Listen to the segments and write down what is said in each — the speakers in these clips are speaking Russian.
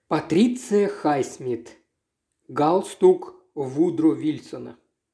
Патриция Хайсмит. Галстук Вудро Вильсона.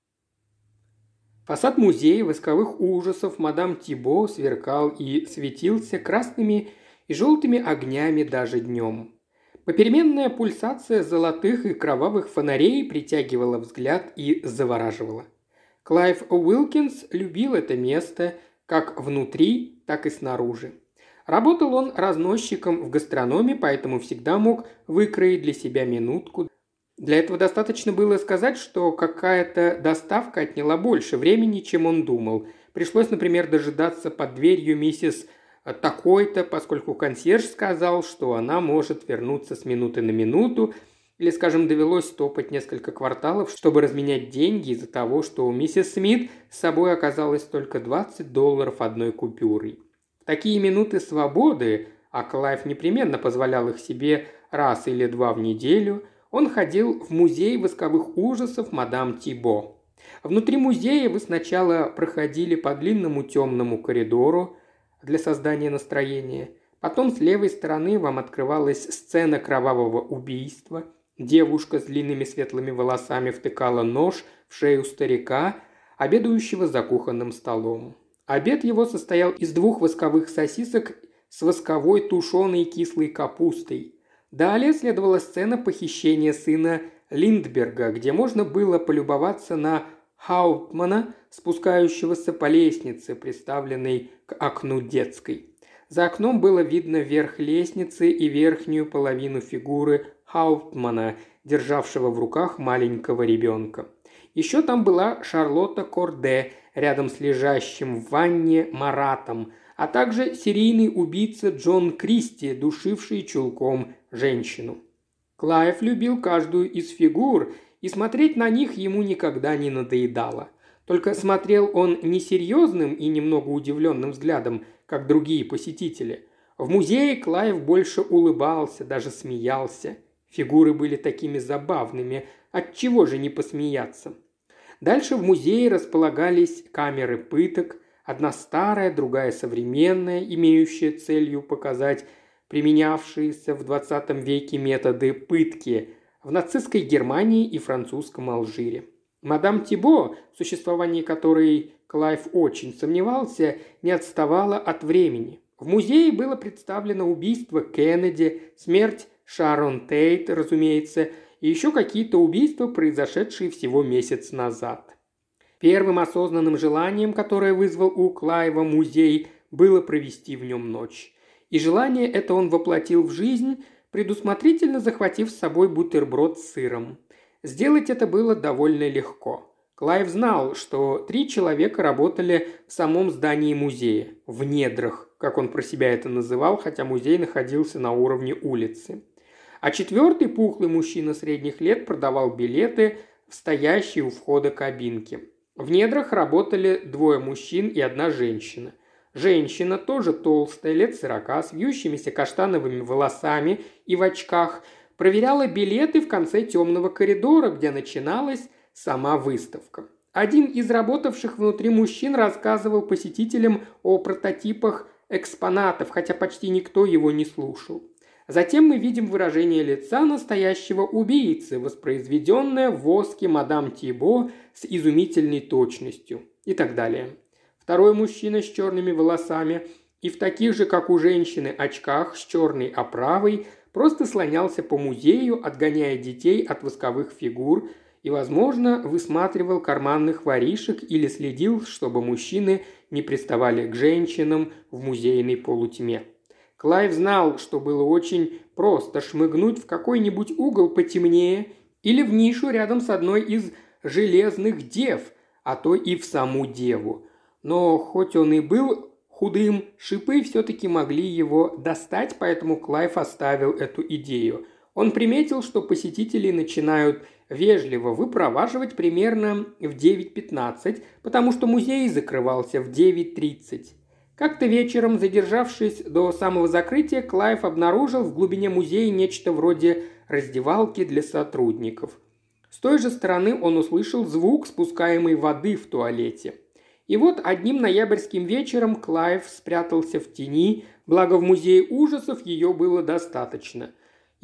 Фасад музея восковых ужасов мадам Тибо сверкал и светился красными и желтыми огнями даже днем. Попеременная пульсация золотых и кровавых фонарей притягивала взгляд и завораживала. Клайв Уилкинс любил это место как внутри, так и снаружи. Работал он разносчиком в гастрономе, поэтому всегда мог выкроить для себя минутку. Для этого достаточно было сказать, что какая-то доставка отняла больше времени, чем он думал. Пришлось, например, дожидаться под дверью миссис такой-то, поскольку консьерж сказал, что она может вернуться с минуты на минуту, или, скажем, довелось топать несколько кварталов, чтобы разменять деньги из-за того, что у миссис Смит с собой оказалось только $20 одной купюрой. В такие минуты свободы, а Клайв непременно позволял их себе раз или два в неделю, он ходил в музей восковых ужасов мадам Тибо. Внутри музея вы сначала проходили по длинному темному коридору для создания настроения. Потом с левой стороны вам открывалась сцена кровавого убийства. Девушка с длинными светлыми волосами втыкала нож в шею старика, обедающего за кухонным столом. Обед его состоял из 2 восковых сосисок с восковой тушеной кислой капустой. Далее следовала сцена похищения сына Линдберга, где можно было полюбоваться на Хауптмана, спускающегося по лестнице, приставленной к окну детской. За окном было видно верх лестницы и верхнюю половину фигуры Хауптмана, державшего в руках маленького ребенка. Еще там была Шарлотта Корде, рядом с лежащим в ванне Маратом, а также серийный убийца Джон Кристи, душивший чулком женщину. Клайв любил каждую из фигур, и смотреть на них ему никогда не надоедало. Только смотрел он не серьезным и немного удивленным взглядом, как другие посетители. В музее Клайв больше улыбался, даже смеялся. Фигуры были такими забавными, отчего же не посмеяться? Дальше в музее располагались камеры пыток, одна старая, другая современная, имеющая целью показать применявшиеся в 20 веке методы пытки в нацистской Германии и французском Алжире. Мадам Тибо, в существовании которой Клайв очень сомневался, не отставала от времени. В музее было представлено убийство Кеннеди, смерть Шарон Тейт, разумеется, и еще какие-то убийства, произошедшие всего месяц назад. Первым осознанным желанием, которое вызвал у Клайва музей, было провести в нем ночь. И желание это он воплотил в жизнь, предусмотрительно захватив с собой бутерброд с сыром. Сделать это было довольно легко. Клайв знал, что 3 человека работали в самом здании музея, в недрах, как он про себя это называл, хотя музей находился на уровне улицы. А 4-й пухлый мужчина средних лет продавал билеты в стоящей у входа кабинке. В недрах работали 2 мужчин и 1 женщина. Женщина, тоже толстая, лет 40, с вьющимися каштановыми волосами и в очках, проверяла билеты в конце темного коридора, где начиналась сама выставка. Один из работавших внутри мужчин рассказывал посетителям о прототипах экспонатов, хотя почти никто его не слушал. Затем мы видим выражение лица настоящего убийцы, воспроизведенное в воске мадам Тибо с изумительной точностью и так далее. Второй мужчина с черными волосами и в таких же, как у женщины, очках с черной оправой просто слонялся по музею, отгоняя детей от восковых фигур и, возможно, высматривал карманных воришек или следил, чтобы мужчины не приставали к женщинам в музейной полутьме. Клайв знал, что было очень просто шмыгнуть в какой-нибудь угол потемнее или в нишу рядом с одной из железных дев, а то и в саму деву. Но хоть он и был худым, шипы все-таки могли его достать, поэтому Клайв оставил эту идею. Он приметил, что посетители начинают вежливо выпроваживать примерно в 9:15, потому что музей закрывался в 9:30. Как-то вечером, задержавшись до самого закрытия, Клайв обнаружил в глубине музея нечто вроде раздевалки для сотрудников. С той же стороны он услышал звук спускаемой воды в туалете. И вот одним ноябрьским вечером Клайв спрятался в тени, благо в музее ужасов ее было достаточно.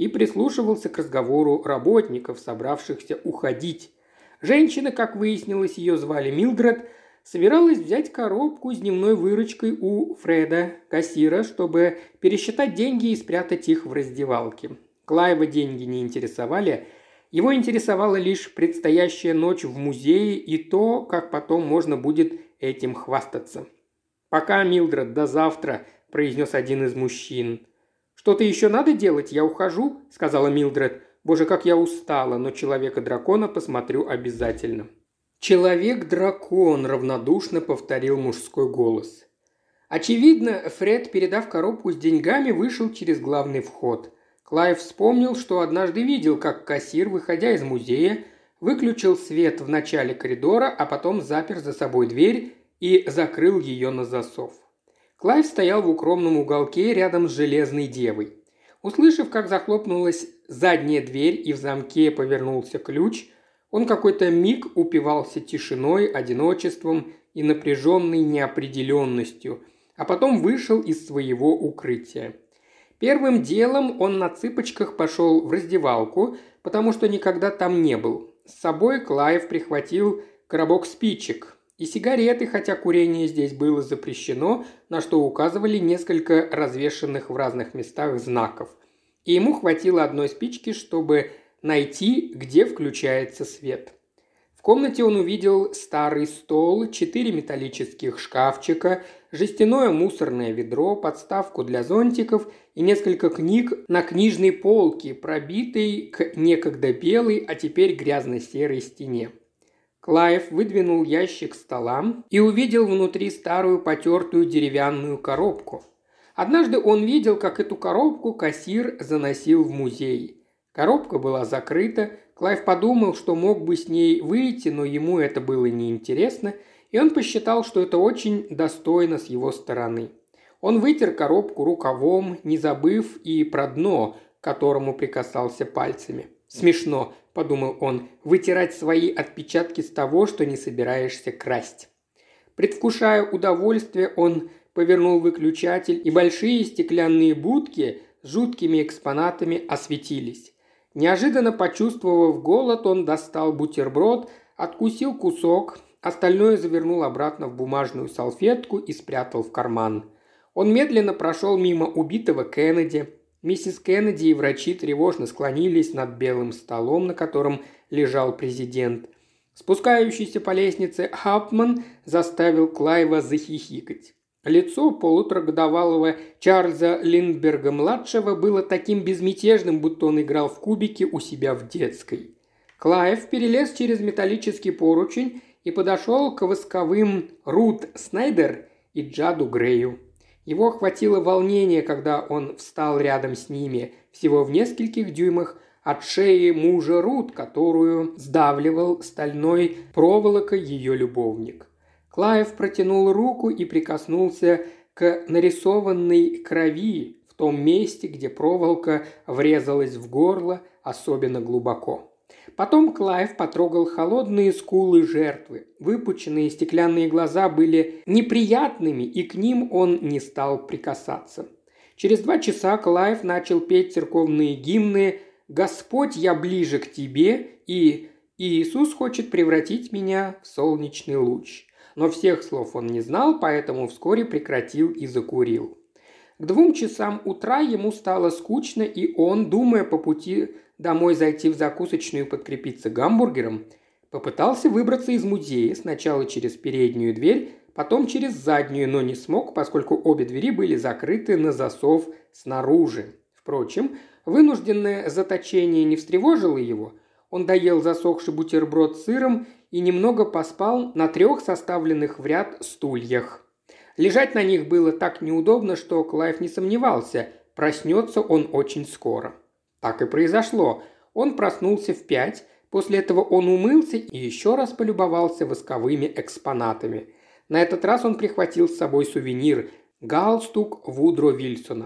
и прислушивался к разговору работников, собравшихся уходить. Женщина, как выяснилось, ее звали Милдред, собиралась взять коробку с дневной выручкой у Фреда, кассира, чтобы пересчитать деньги и спрятать их в раздевалке. Клайва деньги не интересовали, его интересовала лишь предстоящая ночь в музее и то, как потом можно будет этим хвастаться. «Пока, Милдред, до завтра», – произнес один из мужчин. «Что-то еще надо делать? Я ухожу», – сказала Милдред. «Боже, как я устала, но Человека-дракона посмотрю обязательно». «Человек-дракон», – равнодушно повторил мужской голос. Очевидно, Фред, передав коробку с деньгами, вышел через главный вход. Клайв вспомнил, что однажды видел, как кассир, выходя из музея, выключил свет в начале коридора, а потом запер за собой дверь и закрыл ее на засов. Клайв стоял в укромном уголке рядом с Железной Девой. Услышав, как захлопнулась задняя дверь и в замке повернулся ключ, он какой-то миг упивался тишиной, одиночеством и напряженной неопределенностью, а потом вышел из своего укрытия. Первым делом он на цыпочках пошел в раздевалку, потому что никогда там не был. С собой Клайв прихватил коробок спичек и сигареты, хотя курение здесь было запрещено, на что указывали несколько развешанных в разных местах знаков. И ему хватило одной спички, чтобы найти, где включается свет. В комнате он увидел старый стол, 4 металлических шкафчика, жестяное мусорное ведро, подставку для зонтиков и несколько книг на книжной полке, пробитой к некогда белой, а теперь грязно-серой стене. Клайв выдвинул ящик стола и увидел внутри старую потертую деревянную коробку. Однажды он видел, как эту коробку кассир заносил в музей. Коробка была закрыта. Клайв подумал, что мог бы с ней выйти, но ему это было неинтересно, и он посчитал, что это очень достойно с его стороны. Он вытер коробку рукавом, не забыв и про дно, к которому прикасался пальцами. «Смешно», – подумал он, – «вытирать свои отпечатки с того, что не собираешься красть». Предвкушая удовольствие, он повернул выключатель, и большие стеклянные будки с жуткими экспонатами осветились. Неожиданно почувствовав голод, он достал бутерброд, откусил кусок, остальное завернул обратно в бумажную салфетку и спрятал в карман. Он медленно прошел мимо убитого Кеннеди. Миссис Кеннеди и врачи тревожно склонились над белым столом, на котором лежал президент. Спускающийся по лестнице Хапман заставил Клайва захихикать. Лицо полуторагодовалого Чарльза Линдберга-младшего было таким безмятежным, будто он играл в кубики у себя в детской. Клайв перелез через металлический поручень и подошел к восковым Рут Снайдер и Джаду Грею. Его охватило волнение, когда он встал рядом с ними, всего в нескольких дюймах от шеи мужа Рут, которую сдавливал стальной проволокой ее любовник. Клайв протянул руку и прикоснулся к нарисованной крови в том месте, где проволока врезалась в горло особенно глубоко. Потом Клайв потрогал холодные скулы жертвы. Выпученные стеклянные глаза были неприятными, и к ним он не стал прикасаться. Через 2 часа Клайв начал петь церковные гимны «Господь, я ближе к тебе» и «Иисус хочет превратить меня в солнечный луч». Но всех слов он не знал, поэтому вскоре прекратил и закурил. К 2 часам утра ему стало скучно, и он, думая по пути домой зайти в закусочную и подкрепиться гамбургером, попытался выбраться из музея сначала через переднюю дверь, потом через заднюю, но не смог, поскольку обе двери были закрыты на засов снаружи. Впрочем, вынужденное заточение не встревожило его. Он доел засохший бутерброд с сыром и немного поспал на 3 составленных в ряд стульях. Лежать на них было так неудобно, что Клайв не сомневался, проснется он очень скоро. Так и произошло. Он проснулся в 5, после этого он умылся и еще раз полюбовался восковыми экспонатами. На этот раз он прихватил с собой сувенир – галстук Вудро Вильсона.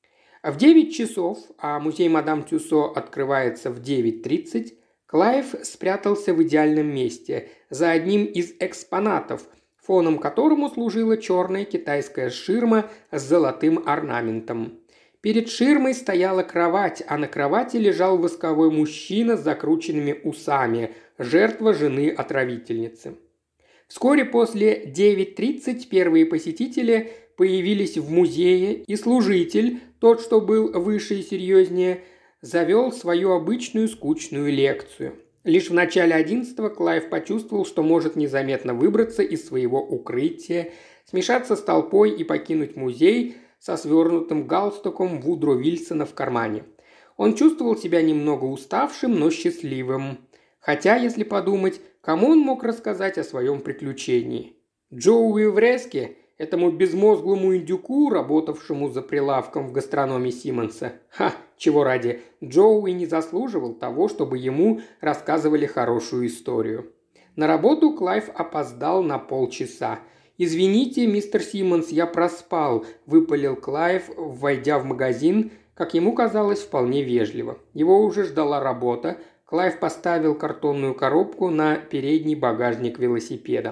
В 9 часов, а музей мадам Тюссо открывается в 9:30, Клайв спрятался в идеальном месте, за одним из экспонатов, фоном которому служила черная китайская ширма с золотым орнаментом. Перед ширмой стояла кровать, а на кровати лежал восковой мужчина с закрученными усами, жертва жены отравительницы. Вскоре после 9:30 первые посетители появились в музее, и служитель, тот, что был выше и серьезнее, завел свою обычную скучную лекцию. Лишь в начале 11-го Клайв почувствовал, что может незаметно выбраться из своего укрытия, смешаться с толпой и покинуть музей со свернутым галстуком Вудро Вильсона в кармане. Он чувствовал себя немного уставшим, но счастливым. Хотя, если подумать, кому он мог рассказать о своем приключении? Джоуи Вреске, этому безмозглому индюку, работавшему за прилавком в гастрономе Симмонса. Чего ради, Джоуи не заслуживал того, чтобы ему рассказывали хорошую историю. На работу Клайв опоздал на полчаса. «Извините, мистер Симмонс, я проспал», – выпалил Клайв, войдя в магазин, как ему казалось, вполне вежливо. Его уже ждала работа. Клайв поставил картонную коробку на передний багажник велосипеда.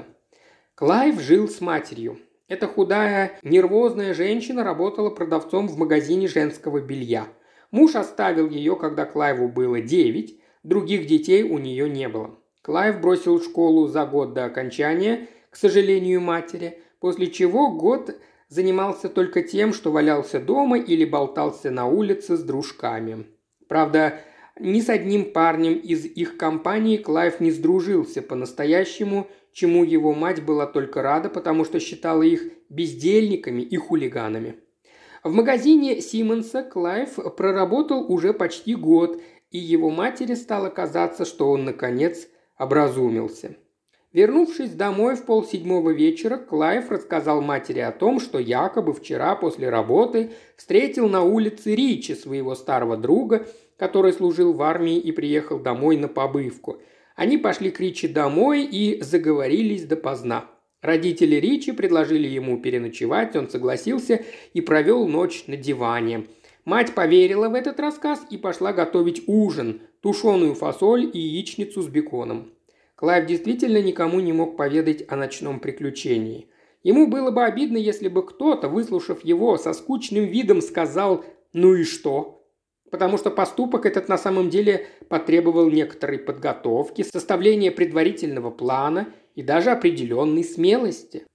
Клайв жил с матерью. Эта худая, нервозная женщина работала продавцом в магазине женского белья. Муж оставил ее, когда Клайву было 9, других детей у нее не было. Клайв бросил школу за год до окончания, к сожалению, матери, после чего год занимался только тем, что валялся дома или болтался на улице с дружками. Правда, ни с одним парнем из их компании Клайв не сдружился по-настоящему, чему его мать была только рада, потому что считала их бездельниками и хулиганами. В магазине Симмонса Клайв проработал уже почти год, и его матери стало казаться, что он, наконец, образумился. Вернувшись домой в 6:30 вечера, Клайв рассказал матери о том, что якобы вчера после работы встретил на улице Ричи, своего старого друга, который служил в армии и приехал домой на побывку. Они пошли к Ричи домой и заговорились допоздна. Родители Ричи предложили ему переночевать, он согласился и провел ночь на диване. Мать поверила в этот рассказ и пошла готовить ужин – тушеную фасоль и яичницу с беконом. Клайв действительно никому не мог поведать о ночном приключении. Ему было бы обидно, если бы кто-то, выслушав его, со скучным видом сказал «ну и что?», потому что поступок этот на самом деле потребовал некоторой подготовки, составления предварительного плана и даже определенной смелости.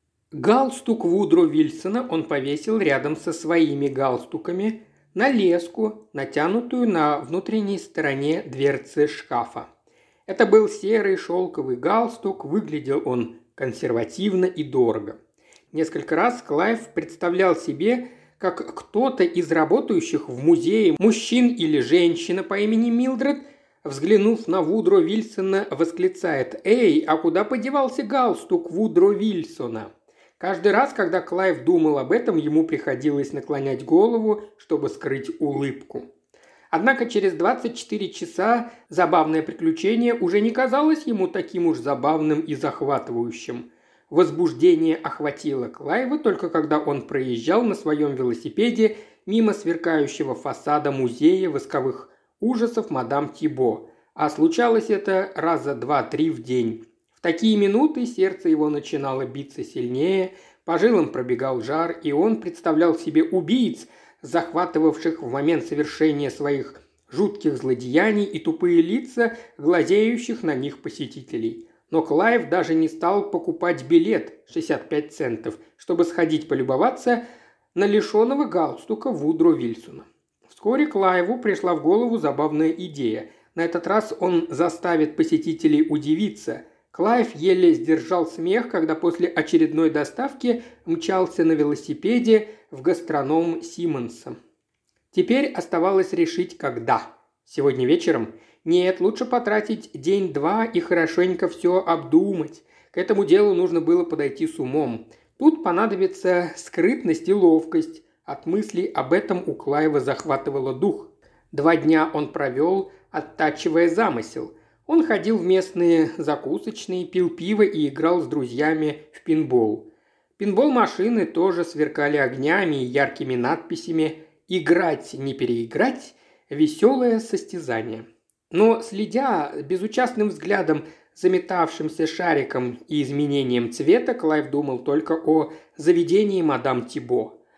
Галстук Вудро Вильсона он повесил рядом со своими галстуками на леску, натянутую на внутренней стороне дверцы шкафа. Это был серый шелковый галстук, выглядел он консервативно и дорого. Несколько раз Клайв представлял себе, как кто-то из работающих в музее, мужчин или женщина по имени Милдред, взглянув на Вудро Вильсона, восклицает «Эй, а куда подевался галстук Вудро Вильсона?». Каждый раз, когда Клайв думал об этом, ему приходилось наклонять голову, чтобы скрыть улыбку. Однако через 24 часа забавное приключение уже не казалось ему таким уж забавным и захватывающим. Возбуждение охватило Клайва только когда он проезжал на своем велосипеде мимо сверкающего фасада музея восковых ужасов мадам Тибо, а случалось это раза 2-3 в день. В такие минуты сердце его начинало биться сильнее, по жилам пробегал жар, и он представлял себе убийц, захватывавших в момент совершения своих жутких злодеяний и тупые лица, глазеющих на них посетителей. Но Клайв даже не стал покупать билет 65 центов, чтобы сходить полюбоваться на лишенного галстука Вудро Вильсона. Вскоре Клайву пришла в голову забавная идея. На этот раз он заставит посетителей удивиться. Клайв еле сдержал смех, когда после очередной доставки мчался на велосипеде в гастроном Симмонса. Теперь оставалось решить, когда. Сегодня вечером? Нет, лучше потратить день-два и хорошенько все обдумать. К этому делу нужно было подойти с умом. Тут понадобится скрытность и ловкость. От мыслей об этом у Клайва захватывало дух. 2 дня он провел, оттачивая замысел. Он ходил в местные закусочные, пил пиво и играл с друзьями в пинбол. Пинбол-машины тоже сверкали огнями и яркими надписями «Играть, не переиграть», «Веселое состязание». Но, следя безучастным взглядом за метавшимся шариком и изменением цвета, Клайв думал только о заведении мадам Тибо.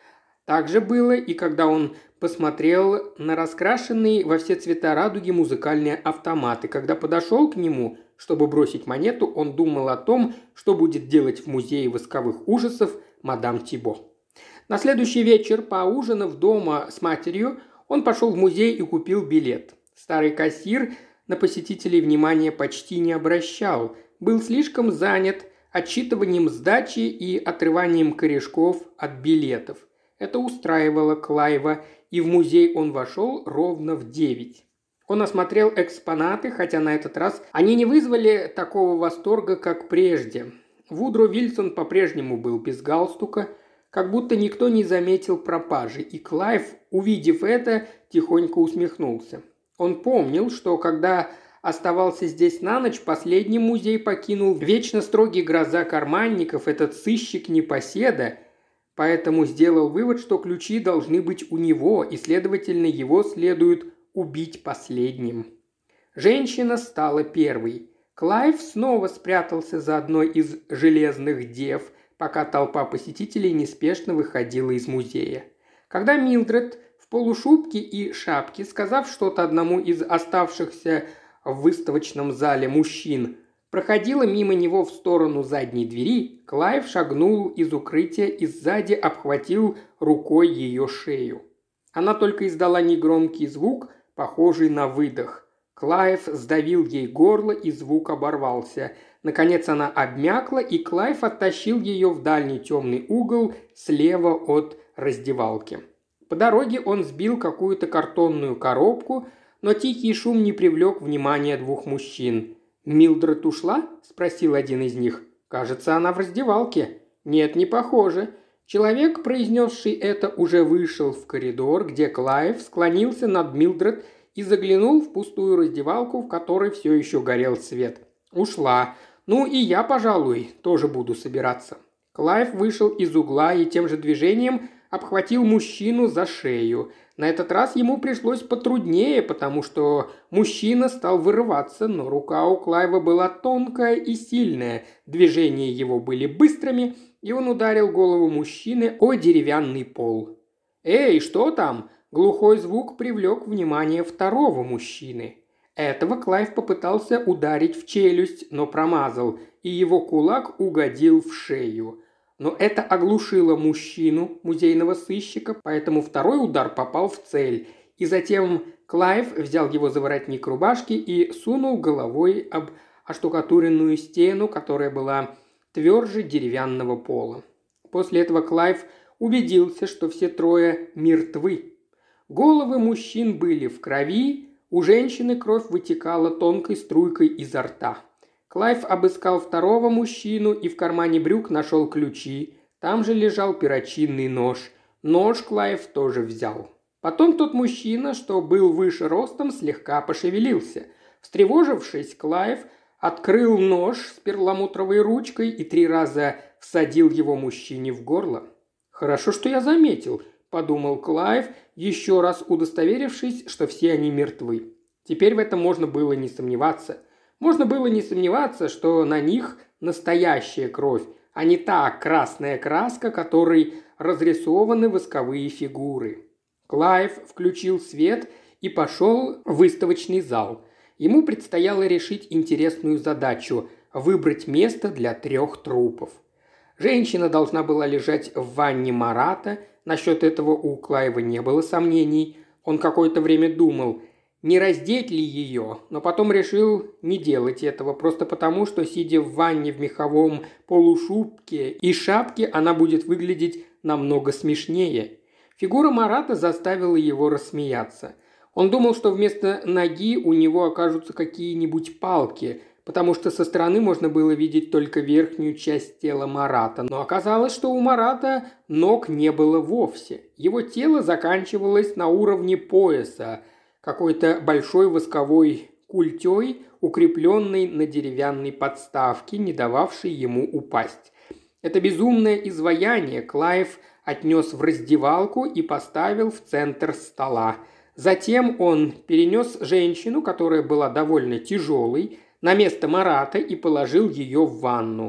Так же было и когда он посмотрел на раскрашенные во все цвета радуги музыкальные автоматы. Когда подошел к нему, чтобы бросить монету, он думал о том, что будет делать в музее восковых ужасов мадам Тибо. На следующий вечер, поужинав дома с матерью, он пошел в музей и купил билет. Старый кассир на посетителей внимания почти не обращал, был слишком занят отсчитыванием сдачи и отрыванием корешков от билетов. Это устраивало Клайва, и в музей он вошел ровно в 9. Он осмотрел экспонаты, хотя на этот раз они не вызвали такого восторга, как прежде. Вудро Вильсон по-прежнему был без галстука, как будто никто не заметил пропажи, и Клайв, увидев это, тихонько усмехнулся. Он помнил, что когда оставался здесь на ночь, последний музей покинул вечно строгий гроза карманников, этот сыщик-непоседа, поэтому сделал вывод, что ключи должны быть у него, и, следовательно, его следует убить последним. Женщина стала первой. Клайв снова спрятался за одной из железных дев, пока толпа посетителей неспешно выходила из музея. Когда Милдред в полушубке и шапке, сказав что-то одному из оставшихся в выставочном зале мужчин, проходила мимо него в сторону задней двери, Клайв шагнул из укрытия и сзади обхватил рукой ее шею. Она только издала негромкий звук, похожий на выдох. Клайв сдавил ей горло, и звук оборвался. Наконец она обмякла, и Клайв оттащил ее в дальний темный угол слева от раздевалки. По дороге он сбил какую-то картонную коробку, но тихий шум не привлек внимания двух мужчин. «Милдред ушла?» – спросил один из них. «Кажется, она в раздевалке». «Нет, не похоже». Человек, произнесший это, уже вышел в коридор, где Клайв склонился над Милдред и заглянул в пустую раздевалку, в которой все еще горел свет. «Ушла. Ну и я, пожалуй, тоже буду собираться». Клайв вышел из угла и тем же движением обхватил мужчину за шею. На этот раз ему пришлось потруднее, потому что мужчина стал вырываться, но рука у Клайва была тонкая и сильная, движения его были быстрыми, и он ударил голову мужчины о деревянный пол. «Эй, что там?» Глухой звук привлек внимание второго мужчины. Этого Клайв попытался ударить в челюсть, но промазал, и его кулак угодил в шею. Но это оглушило мужчину, музейного сыщика, поэтому второй удар попал в цель. И затем Клайв взял его за воротник рубашки и сунул головой об оштукатуренную стену, которая была тверже деревянного пола. После этого Клайв убедился, что все трое мертвы. Головы мужчин были в крови, у женщины кровь вытекала тонкой струйкой изо рта. Клайв обыскал второго мужчину и в кармане брюк нашел ключи. Там же лежал перочинный нож. Нож Клайв тоже взял. Потом тот мужчина, что был выше ростом, слегка пошевелился. Встревожившись, Клайв открыл нож с перламутровой ручкой и 3 раза всадил его мужчине в горло. «Хорошо, что я заметил», – подумал Клайв, еще раз удостоверившись, что все они мертвы. Теперь в этом можно было не сомневаться. Можно было не сомневаться, что на них настоящая кровь, а не та красная краска, которой разрисованы восковые фигуры. Клайв включил свет и пошел в выставочный зал. Ему предстояло решить интересную задачу – выбрать место для 3 трупов. Женщина должна была лежать в ванне Марата. Насчет этого у Клайва не было сомнений. Он какое-то время думал, не раздеть ли ее, но потом решил не делать этого, просто потому, что, сидя в ванне в меховом полушубке и шапке, она будет выглядеть намного смешнее. Фигура Марата заставила его рассмеяться. Он думал, что вместо ноги у него окажутся какие-нибудь палки, потому что со стороны можно было видеть только верхнюю часть тела Марата. Но оказалось, что у Марата ног не было вовсе. Его тело заканчивалось на уровне пояса, какой-то большой восковой культей, укрепленной на деревянной подставке, не дававшей ему упасть. Это безумное изваяние Клайв отнес в раздевалку и поставил в центр стола. Затем он перенес женщину, которая была довольно тяжелой, на место Марата и положил ее в ванну.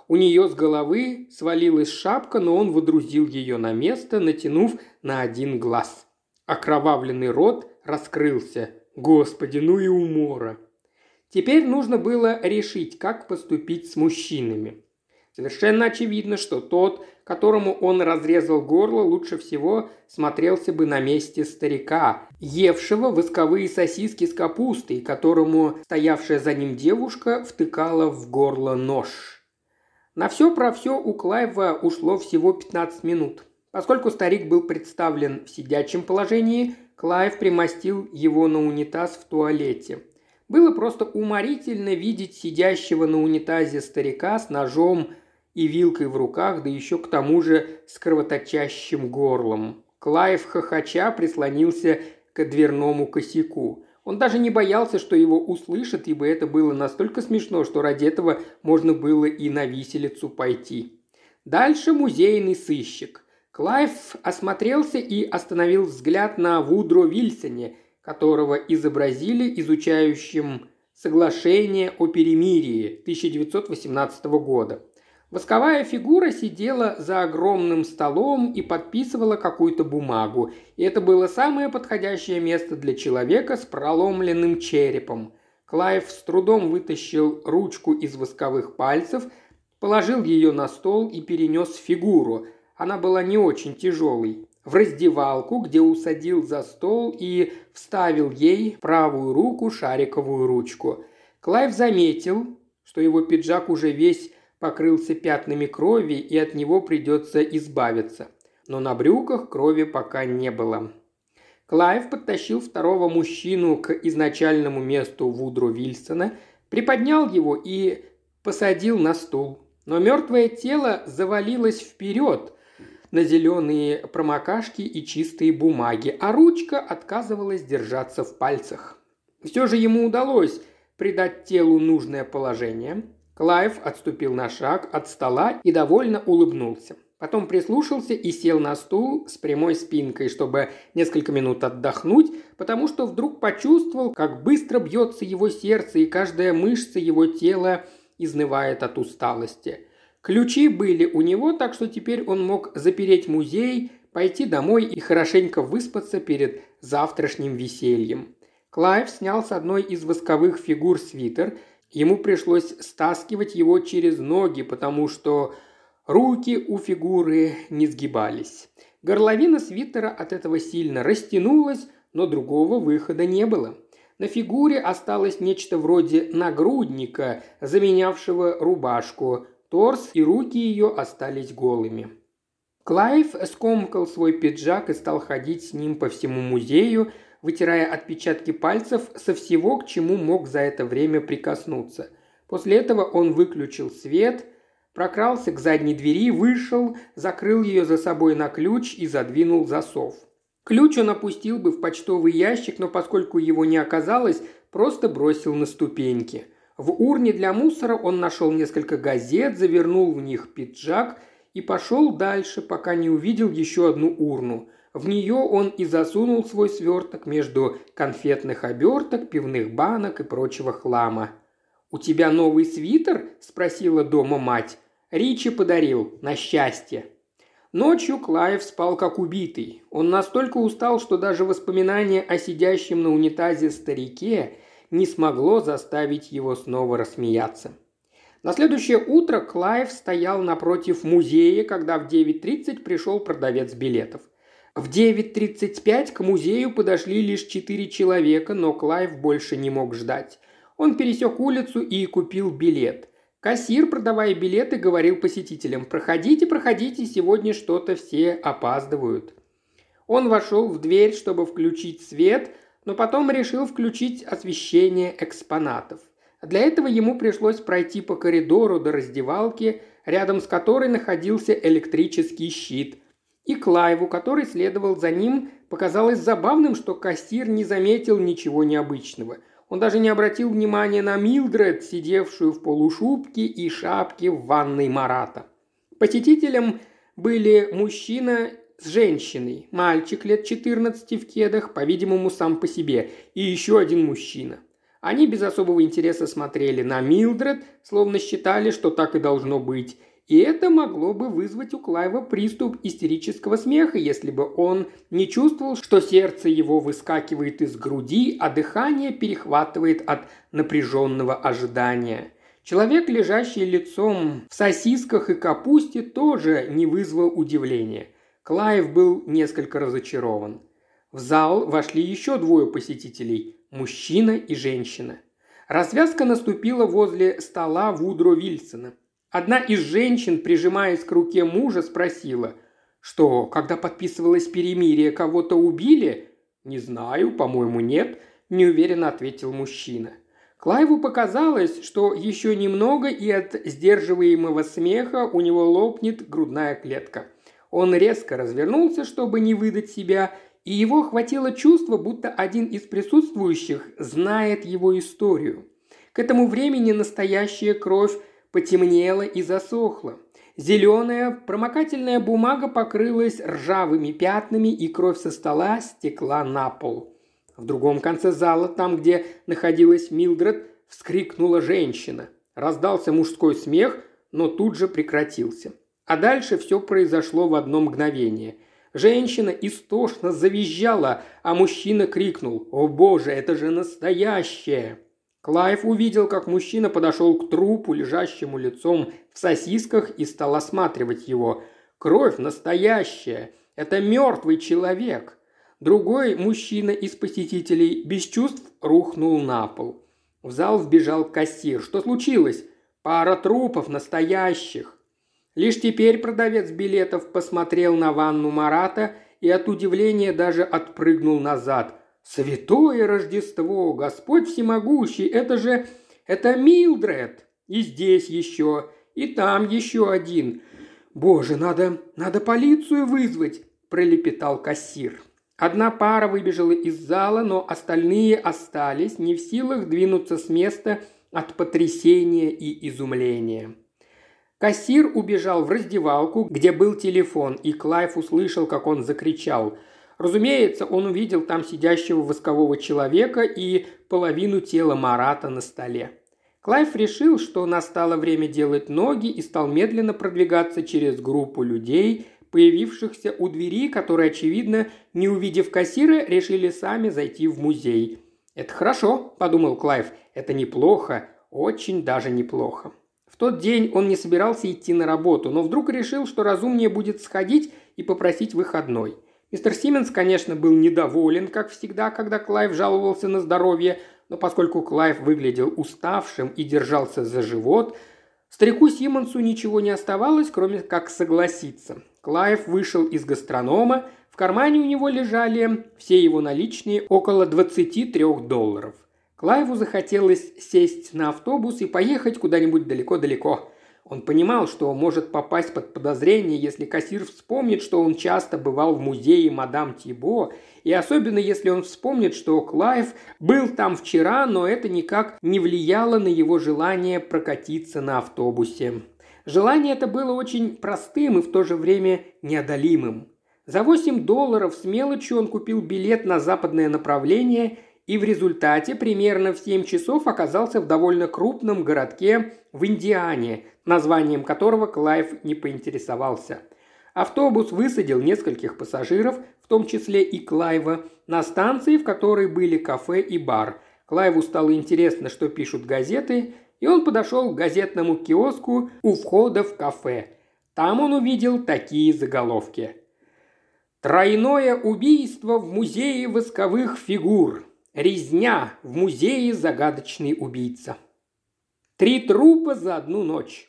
У нее с головы свалилась шапка, но он водрузил ее на место, натянув на один глаз. Окровавленный рот раскрылся. Господи, ну и умора. Теперь нужно было решить, как поступить с мужчинами. Совершенно очевидно, что тот, которому он разрезал горло, лучше всего смотрелся бы на месте старика, евшего восковые сосиски с капустой, которому стоявшая за ним девушка втыкала в горло нож. На все про все у Клайва ушло всего 15 минут. Поскольку старик был представлен в сидячем положении, Клайв примостил его на унитаз в туалете. Было просто уморительно видеть сидящего на унитазе старика с ножом и вилкой в руках, да еще к тому же с кровоточащим горлом. Клайв хохоча прислонился к дверному косяку. Он даже не боялся, что его услышат, ибо это было настолько смешно, что ради этого можно было и на виселицу пойти. Дальше музейный сыщик. Клайв осмотрелся и остановил взгляд на Вудро Вильсоне, которого изобразили изучающим соглашение о перемирии 1918 года. Восковая фигура сидела за огромным столом и подписывала какую-то бумагу, и это было самое подходящее место для человека с проломленным черепом. Клайв с трудом вытащил ручку из восковых пальцев, положил ее на стол и перенес фигуру. Она была не очень тяжелой. В раздевалку, где усадил за стол и вставил ей правую руку шариковую ручку. Клайв заметил, что его пиджак уже весь покрылся пятнами крови, и от него придется избавиться. Но на брюках крови пока не было. Клайв подтащил второго мужчину к изначальному месту Вудро Вильсона, приподнял его и посадил на стул. Но мертвое тело завалилось вперед на зеленые промокашки и чистые бумаги, а ручка отказывалась держаться в пальцах. Все же ему удалось придать телу нужное положение. Клайв отступил на шаг от стола и довольно улыбнулся. Потом прислушался и сел на стул с прямой спинкой, чтобы несколько минут отдохнуть, потому что вдруг почувствовал, как быстро бьется его сердце, и каждая мышца его тела изнывает от усталости. Ключи были у него, так что теперь он мог запереть музей, пойти домой и хорошенько выспаться перед завтрашним весельем. Клайв снял с одной из восковых фигур свитер. Ему пришлось стаскивать его через ноги, потому что руки у фигуры не сгибались. Горловина свитера от этого сильно растянулась, но другого выхода не было. На фигуре осталось нечто вроде нагрудника, заменявшего рубашку. Торс и руки ее остались голыми. Клайв скомкал свой пиджак и стал ходить с ним по всему музею, вытирая отпечатки пальцев со всего, к чему мог за это время прикоснуться. После этого он выключил свет, прокрался к задней двери, вышел, закрыл ее за собой на ключ и задвинул засов. Ключ он опустил бы в почтовый ящик, но поскольку его не оказалось, просто бросил на ступеньки. В урне для мусора он нашел несколько газет, завернул в них пиджак и пошел дальше, пока не увидел еще одну урну. В нее он и засунул свой сверток между конфетных оберток, пивных банок и прочего хлама. «У тебя новый свитер?» – спросила дома мать. «Ричи подарил, на счастье». Ночью Клайв спал как убитый. Он настолько устал, что даже воспоминание о сидящем на унитазе старике не смогло заставить его снова рассмеяться. На следующее утро Клайв стоял напротив музея, когда в 9:30 пришел продавец билетов. В 9:35 к музею подошли лишь 4 человека, но Клайв больше не мог ждать. Он пересек улицу и купил билет. Кассир, продавая билеты, говорил посетителям: «Проходите, проходите, сегодня что-то все опаздывают». Он вошел в дверь, чтобы включить свет, но потом решил включить освещение экспонатов. Для этого ему пришлось пройти по коридору до раздевалки, рядом с которой находился электрический щит. И Клайву, который следовал за ним, показалось забавным, что кассир не заметил ничего необычного. Он даже не обратил внимания на Милдред, сидевшую в полушубке и шапке в ванной Марата. Посетителям были мужчина с женщиной, мальчик лет 14 в кедах, по-видимому, сам по себе, и еще один мужчина. Они без особого интереса смотрели на Милдред, словно считали, что так и должно быть. И это могло бы вызвать у Клайва приступ истерического смеха, если бы он не чувствовал, что сердце его выскакивает из груди, а дыхание перехватывает от напряженного ожидания. Человек, лежащий лицом в сосисках и капусте, тоже не вызвал удивления. Клайв был несколько разочарован. В зал вошли еще двое посетителей – мужчина и женщина. Развязка наступила возле стола Вудро Вильсона. Одна из женщин, прижимаясь к руке мужа, спросила, что, когда подписывалось перемирие, кого-то убили? «Не знаю, по-моему, нет», – неуверенно ответил мужчина. Клайву показалось, что еще немного, и от сдерживаемого смеха у него лопнет грудная клетка. Он резко развернулся, чтобы не выдать себя, и его охватило чувство, будто один из присутствующих знает его историю. К этому времени настоящая кровь потемнела и засохла. Зеленая промокательная бумага покрылась ржавыми пятнами, и кровь со стола стекла на пол. В другом конце зала, там, где находилась Милдред, вскрикнула женщина. Раздался мужской смех, но тут же прекратился. А дальше все произошло в одно мгновение. Женщина истошно завизжала, а мужчина крикнул: «О боже, это же настоящее!» Клайв увидел, как мужчина подошел к трупу, лежащему лицом в сосисках, и стал осматривать его. «Кровь настоящая! Это мертвый человек!» Другой мужчина из посетителей без чувств рухнул на пол. В зал вбежал кассир. «Что случилось?» «Пара трупов настоящих!» Лишь теперь продавец билетов посмотрел на ванну Марата и от удивления даже отпрыгнул назад. «Святое Рождество! Господь всемогущий! Это Милдред! И здесь еще, и там еще один! Боже, надо полицию вызвать!» – пролепетал кассир. Одна пара выбежала из зала, но остальные остались, не в силах двинуться с места от потрясения и изумления. Кассир убежал в раздевалку, где был телефон, и Клайв услышал, как он закричал. Разумеется, он увидел там сидящего воскового человека и половину тела Марата на столе. Клайв решил, что настало время делать ноги, и стал медленно продвигаться через группу людей, появившихся у двери, которые, очевидно, не увидев кассира, решили сами зайти в музей. «Это хорошо», – подумал Клайв, – «это неплохо, очень даже неплохо». В тот день он не собирался идти на работу, но вдруг решил, что разумнее будет сходить и попросить выходной. Мистер Симмонс, конечно, был недоволен, как всегда, когда Клайв жаловался на здоровье, но поскольку Клайв выглядел уставшим и держался за живот, старику Симмонсу ничего не оставалось, кроме как согласиться. Клайв вышел из гастронома, в кармане у него лежали все его наличные, около $23. Клайву захотелось сесть на автобус и поехать куда-нибудь далеко-далеко. Он понимал, что может попасть под подозрение, если кассир вспомнит, что он часто бывал в музее мадам Тибо, и особенно если он вспомнит, что Клайв был там вчера, но это никак не влияло на его желание прокатиться на автобусе. Желание это было очень простым и в то же время неодолимым. За $8 с мелочью он купил билет на западное направление и в результате примерно в 7 часов оказался в довольно крупном городке в Индиане, названием которого Клайв не поинтересовался. Автобус высадил нескольких пассажиров, в том числе и Клайва, на станции, в которой были кафе и бар. Клайву стало интересно, что пишут газеты, и он подошел к газетному киоску у входа в кафе. Там он увидел такие заголовки: «Тройное убийство в музее восковых фигур. Резня в музее загадочный убийца. 3 трупа за одну ночь».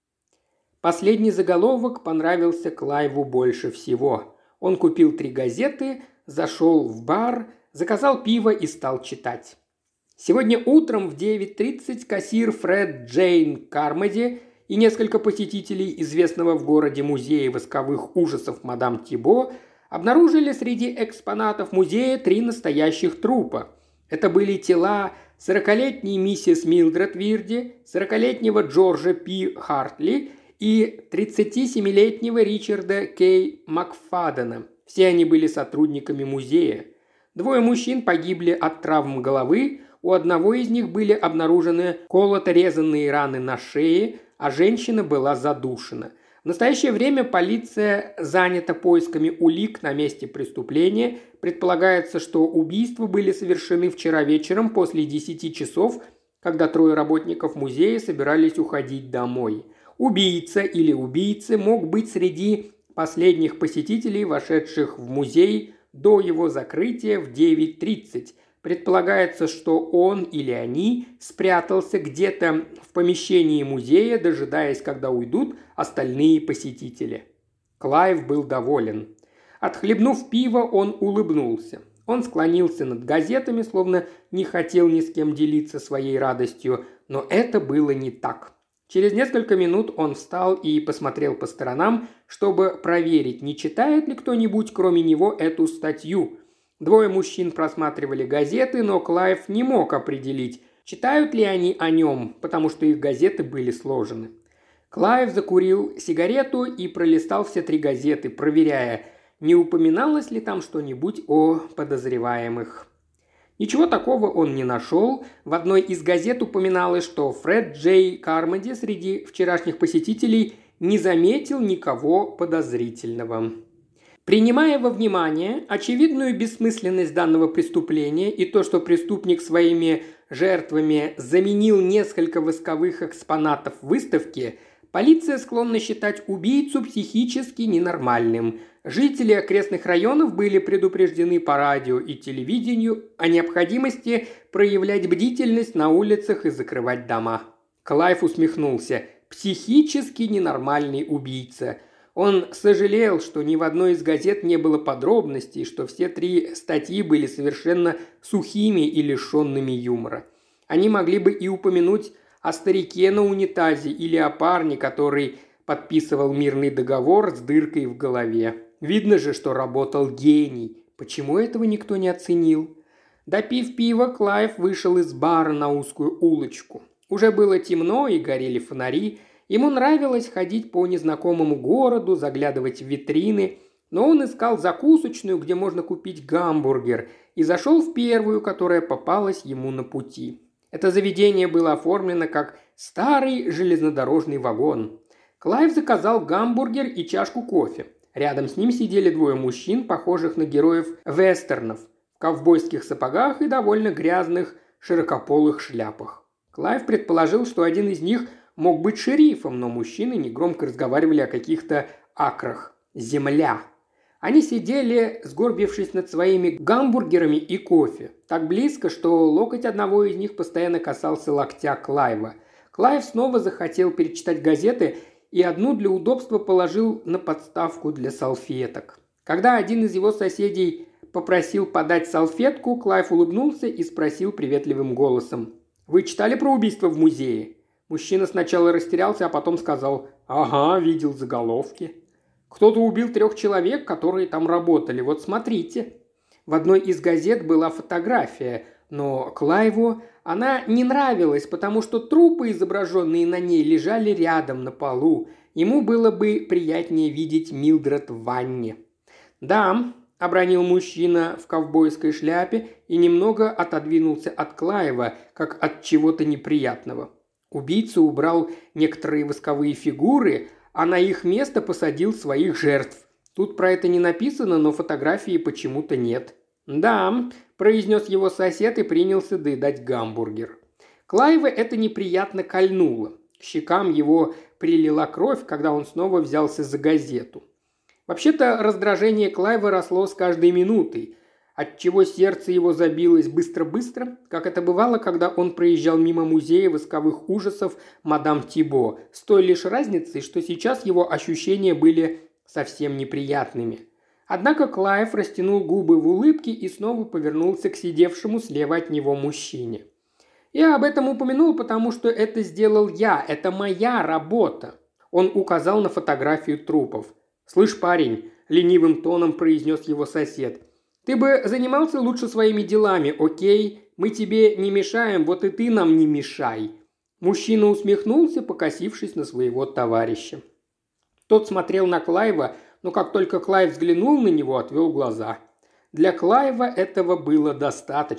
Последний заголовок понравился Клайву больше всего. Он купил 3 газеты, зашел в бар, заказал пиво и стал читать. Сегодня утром в 9:30 кассир Фред Джейн Кармоди и несколько посетителей известного в городе музея восковых ужасов мадам Тибо обнаружили среди экспонатов музея 3 настоящих трупа. Это были тела 40-летней миссис Милдред Вирди, 40-летнего Джорджа П. Хартли и 37-летнего Ричарда К. Макфадена. Все они были сотрудниками музея. 2 мужчин погибли от травм головы, У одного из них были обнаружены колото-резанные раны на шее, а женщина была задушена. В настоящее время полиция занята поисками улик на месте преступления. Предполагается, что убийства были совершены вчера вечером после 10 часов, когда трое работников музея собирались уходить домой. Убийца или убийцы мог быть среди последних посетителей, вошедших в музей до его закрытия в 9:30. Предполагается, что он или они спрятался где-то в помещении музея, дожидаясь, когда уйдут остальные посетители. Клайв был доволен. Отхлебнув пиво, он улыбнулся. Он склонился над газетами, словно не хотел ни с кем делиться своей радостью, но это было не так. Через несколько минут он встал и посмотрел по сторонам, чтобы проверить, не читает ли кто-нибудь, кроме него, эту статью. Двое мужчин просматривали газеты, но Клайв не мог определить, читают ли они о нем, потому что их газеты были сложены. Клайв закурил сигарету и пролистал все 3 газеты, проверяя, не упоминалось ли там что-нибудь о подозреваемых. Ничего такого он не нашел. В одной из газет упоминалось, что Фред Джей Кармоди среди вчерашних посетителей не заметил никого подозрительного. Принимая во внимание очевидную бессмысленность данного преступления и то, что преступник своими жертвами заменил несколько восковых экспонатов выставки, полиция склонна считать убийцу психически ненормальным. Жители окрестных районов были предупреждены по радио и телевидению о необходимости проявлять бдительность на улицах и закрывать дома. Клайв усмехнулся. Психически ненормальный убийца. Он сожалел, что ни в одной из газет не было подробностей, что все 3 статьи были совершенно сухими и лишенными юмора. Они могли бы и упомянуть о старике на унитазе или о парне, который подписывал мирный договор с дыркой в голове. Видно же, что работал гений. Почему этого никто не оценил? Допив пива, Клайв вышел из бара на узкую улочку. Уже было темно и горели фонари. Ему нравилось ходить по незнакомому городу, заглядывать в витрины, но он искал закусочную, где можно купить гамбургер, и зашел в первую, которая попалась ему на пути. Это заведение было оформлено как старый железнодорожный вагон. Клайв заказал гамбургер и чашку кофе. Рядом с ним сидели 2 мужчин, похожих на героев вестернов, в ковбойских сапогах и довольно грязных широкополых шляпах. Клайв предположил, что один из них мог быть шерифом, но мужчины негромко разговаривали о каких-то акрах. Земля. Они сидели, сгорбившись над своими гамбургерами и кофе, так близко, что локоть одного из них постоянно касался локтя Клайва. Клайв снова захотел перечитать газеты и одну для удобства положил на подставку для салфеток. Когда один из его соседей попросил подать салфетку, Клайв улыбнулся и спросил приветливым голосом: «Вы читали про убийство в музее?» Мужчина сначала растерялся, а потом сказал: «Ага, видел заголовки. Кто-то убил 3 человек, которые там работали. Вот смотрите». В одной из газет была фотография, но Клайву она не нравилась, потому что трупы, изображенные на ней, лежали рядом на полу. Ему было бы приятнее видеть Милдред в ванне. «Да», – обронил мужчина в ковбойской шляпе и немного отодвинулся от Клайва, как от чего-то неприятного. Убийца убрал некоторые восковые фигуры, а на их место посадил своих жертв. Тут про это не написано, но фотографии почему-то нет. «Да», – произнес его сосед и принялся доедать гамбургер. Клайва это неприятно кольнуло. К щекам его прилила кровь, когда он снова взялся за газету. Вообще-то раздражение Клайва росло с каждой минутой, отчего сердце его забилось быстро-быстро, как это бывало, когда он проезжал мимо музея восковых ужасов мадам Тибо, с той лишь разницей, что сейчас его ощущения были совсем неприятными. Однако Клайв растянул губы в улыбке и снова повернулся к сидевшему слева от него мужчине. «Я об этом упомянул, потому что это сделал я, это моя работа». Он указал на фотографию трупов. «Слышь, парень», – ленивым тоном произнес его сосед, – «ты бы занимался лучше своими делами, окей? Мы тебе не мешаем, вот и ты нам не мешай». Мужчина усмехнулся, покосившись на своего товарища. Тот смотрел на Клайва, но как только Клайв взглянул на него, отвел глаза. Для Клайва этого было достаточно.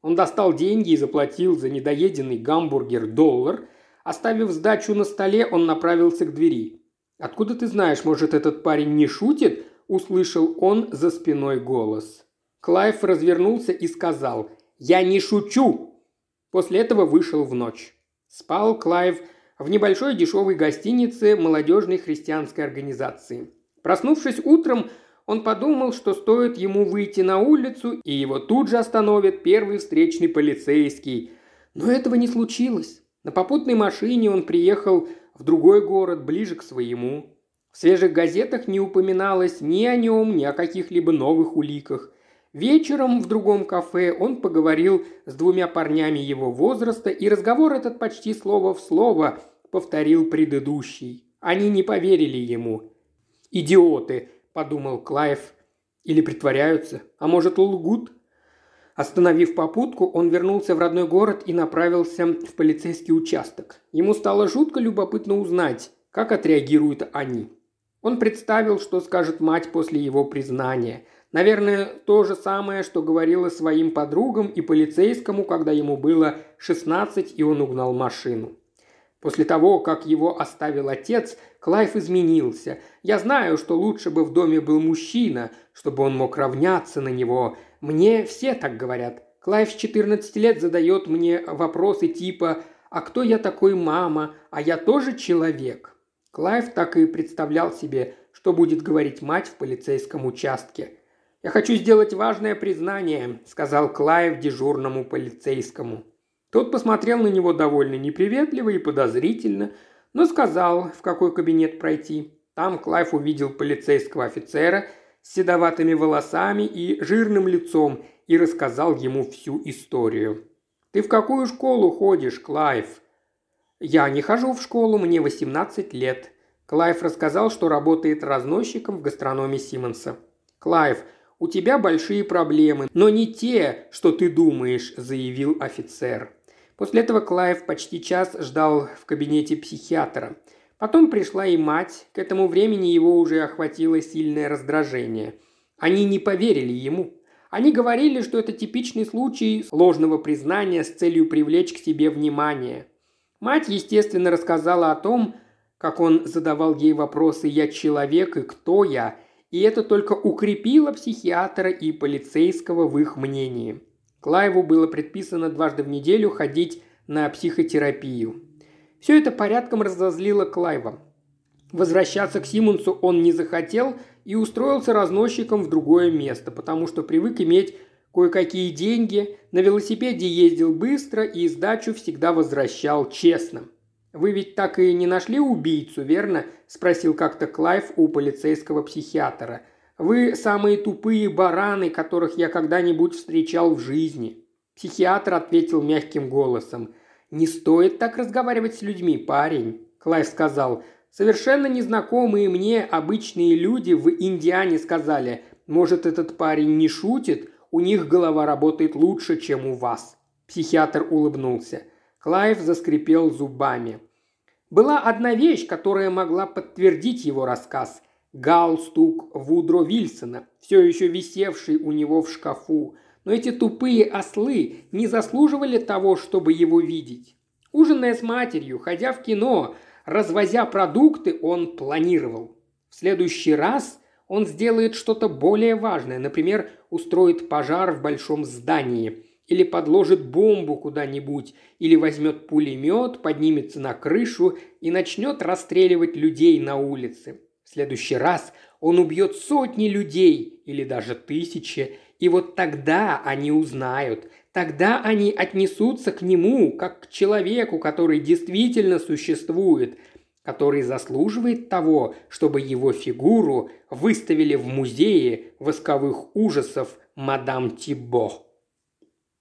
Он достал деньги и заплатил за недоеденный гамбургер $1. Оставив сдачу на столе, он направился к двери. «Откуда ты знаешь, может, этот парень не шутит?» – услышал он за спиной голос. Клайв развернулся и сказал: «Я не шучу!» После этого вышел в ночь. Спал Клайв в небольшой дешевой гостинице молодежной христианской организации. Проснувшись утром, он подумал, что стоит ему выйти на улицу, и его тут же остановит первый встречный полицейский. Но этого не случилось. На попутной машине он приехал в другой город, ближе к своему. В свежих газетах не упоминалось ни о нем, ни о каких-либо новых уликах. Вечером в другом кафе он поговорил с 2 парнями его возраста, и разговор этот почти слово в слово повторил предыдущий. Они не поверили ему. «Идиоты», – подумал Клайв. «Или притворяются, а может, лгут?» Остановив попутку, он вернулся в родной город и направился в полицейский участок. Ему стало жутко любопытно узнать, как отреагируют они. Он представил, что скажет мать после его признания. Наверное, то же самое, что говорила своим подругам и полицейскому, когда ему было 16 и он угнал машину. После того, как его оставил отец, Клайв изменился. «Я знаю, что лучше бы в доме был мужчина, чтобы он мог равняться на него. Мне все так говорят. Клайв с 14 лет задает мне вопросы типа «А кто я такой, мама? А я тоже человек?» Клайв так и представлял себе, что будет говорить мать в полицейском участке. «Я хочу сделать важное признание», – сказал Клайв дежурному полицейскому. Тот посмотрел на него довольно неприветливо и подозрительно, но сказал, в какой кабинет пройти. Там Клайв увидел полицейского офицера с седоватыми волосами и жирным лицом и рассказал ему всю историю. «Ты в какую школу ходишь, Клайв?» «Я не хожу в школу, мне 18 лет». Клайв рассказал, что работает разносчиком в гастрономе Симмонса. «Клайв, у тебя большие проблемы, но не те, что ты думаешь», – заявил офицер. После этого Клайв почти час ждал в кабинете психиатра. Потом пришла и мать. К этому времени его уже охватило сильное раздражение. Они не поверили ему. Они говорили, что это типичный случай ложного признания с целью привлечь к себе внимание. Мать, естественно, рассказала о том, как он задавал ей вопросы «я человек» и «кто я?», и это только укрепило психиатра и полицейского в их мнении. Клайву было предписано 2 раза в неделю ходить на психотерапию. Все это порядком разозлило Клайва. Возвращаться к Симмонсу он не захотел и устроился разносчиком в другое место, потому что привык иметь кое-какие деньги, на велосипеде ездил быстро и сдачу всегда возвращал честно. «Вы ведь так и не нашли убийцу, верно?» – спросил как-то Клайв у полицейского психиатра. «Вы самые тупые бараны, которых я когда-нибудь встречал в жизни». Психиатр ответил мягким голосом. «Не стоит так разговаривать с людьми, парень», – Клайв сказал. «Совершенно незнакомые мне обычные люди в Индиане сказали, может, этот парень не шутит, у них голова работает лучше, чем у вас». Психиатр улыбнулся. Клайв заскрипел зубами. Была одна вещь, которая могла подтвердить его рассказ. Галстук Вудро Вильсона, все еще висевший у него в шкафу. Но эти тупые ослы не заслуживали того, чтобы его видеть. Ужиная с матерью, ходя в кино, развозя продукты, он планировал. В следующий раз он сделает что-то более важное, например, устроит пожар в большом здании, или подложит бомбу куда-нибудь, или возьмет пулемет, поднимется на крышу и начнет расстреливать людей на улице. В следующий раз он убьет сотни людей или даже тысячи, и вот тогда они узнают, тогда они отнесутся к нему, как к человеку, который действительно существует, который заслуживает того, чтобы его фигуру выставили в музее восковых ужасов мадам Тибо.